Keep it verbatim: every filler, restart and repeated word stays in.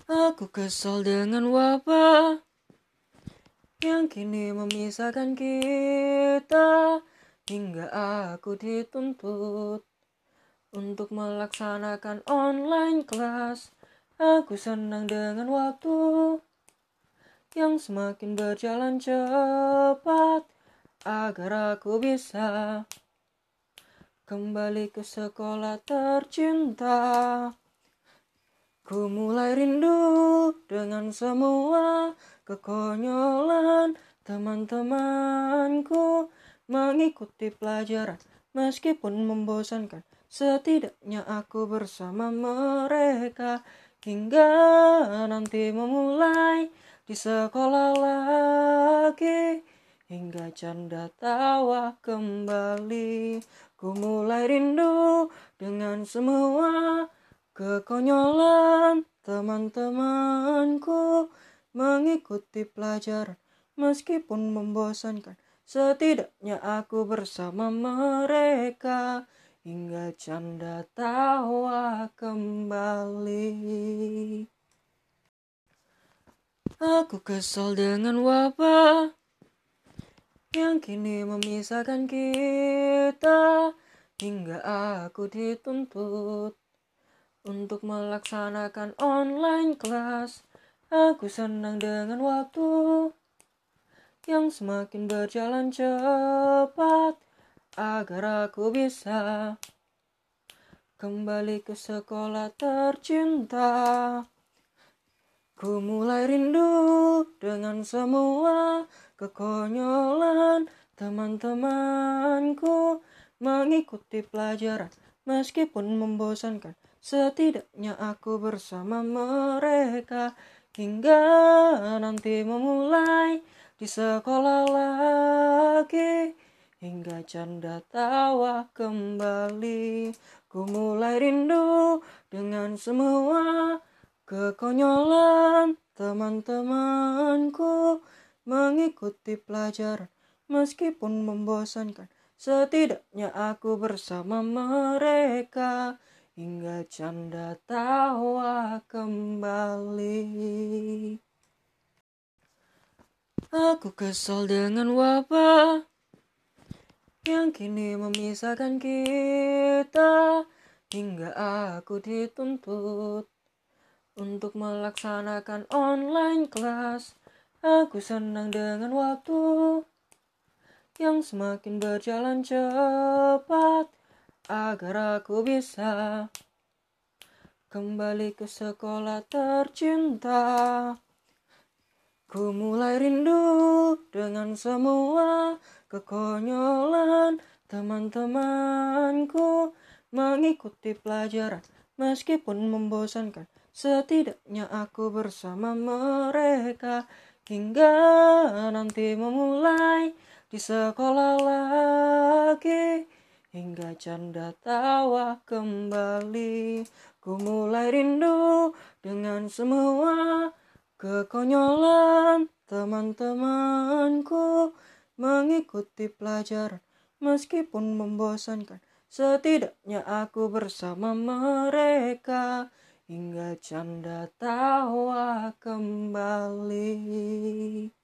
Aku kesal dengan wabah yang kini memisahkan kita, hingga aku dituntut untuk melaksanakan online class. Aku senang dengan waktu yang semakin berjalan cepat, agar aku bisa kembali ke sekolah tercinta. Ku mulai rindu dengan semua kekonyolan teman-temanku mengikuti pelajaran. Meskipun membosankan, setidaknya aku bersama mereka hingga nanti memulai di sekolah lagi, hingga canda tawa kembali. Ku mulai rindu dengan semua kekonyolan teman-temanku mengikuti pelajaran. Meskipun membosankan, setidaknya aku bersama mereka hingga canda tawa kembali. Aku kesal dengan wabah yang kini memisahkan kita, hingga aku dituntut untuk melaksanakan online class. Aku senang dengan waktu yang semakin berjalan cepat, agar aku bisa kembali ke sekolah tercinta. Ku mulai rindu dengan semua kekonyolan teman-temanku mengikuti pelajaran. Meskipun membosankan, setidaknya aku bersama mereka hingga nanti memulai di sekolah lagi, hingga canda tawa kembali. Ku mulai rindu dengan semua kekonyolan teman-temanku mengikuti pelajaran. Meskipun membosankan, setidaknya aku bersama mereka hingga canda tawa kembali. Aku kesal dengan wabah yang kini memisahkan kita, hingga aku dituntut untuk melaksanakan online class. Aku senang dengan waktu yang semakin berjalan cepat, agar aku bisa kembali ke sekolah tercinta. Ku mulai rindu dengan semua kekonyolan teman-temanku mengikuti pelajaran. Meskipun membosankan, setidaknya aku bersama mereka hingga nanti memulai di sekolah lagi, hingga canda tawa kembali. Ku mulai rindu dengan semua kekonyolan teman-temanku mengikuti pelajaran. Meskipun membosankan, setidaknya aku bersama mereka hingga canda tawa kembali.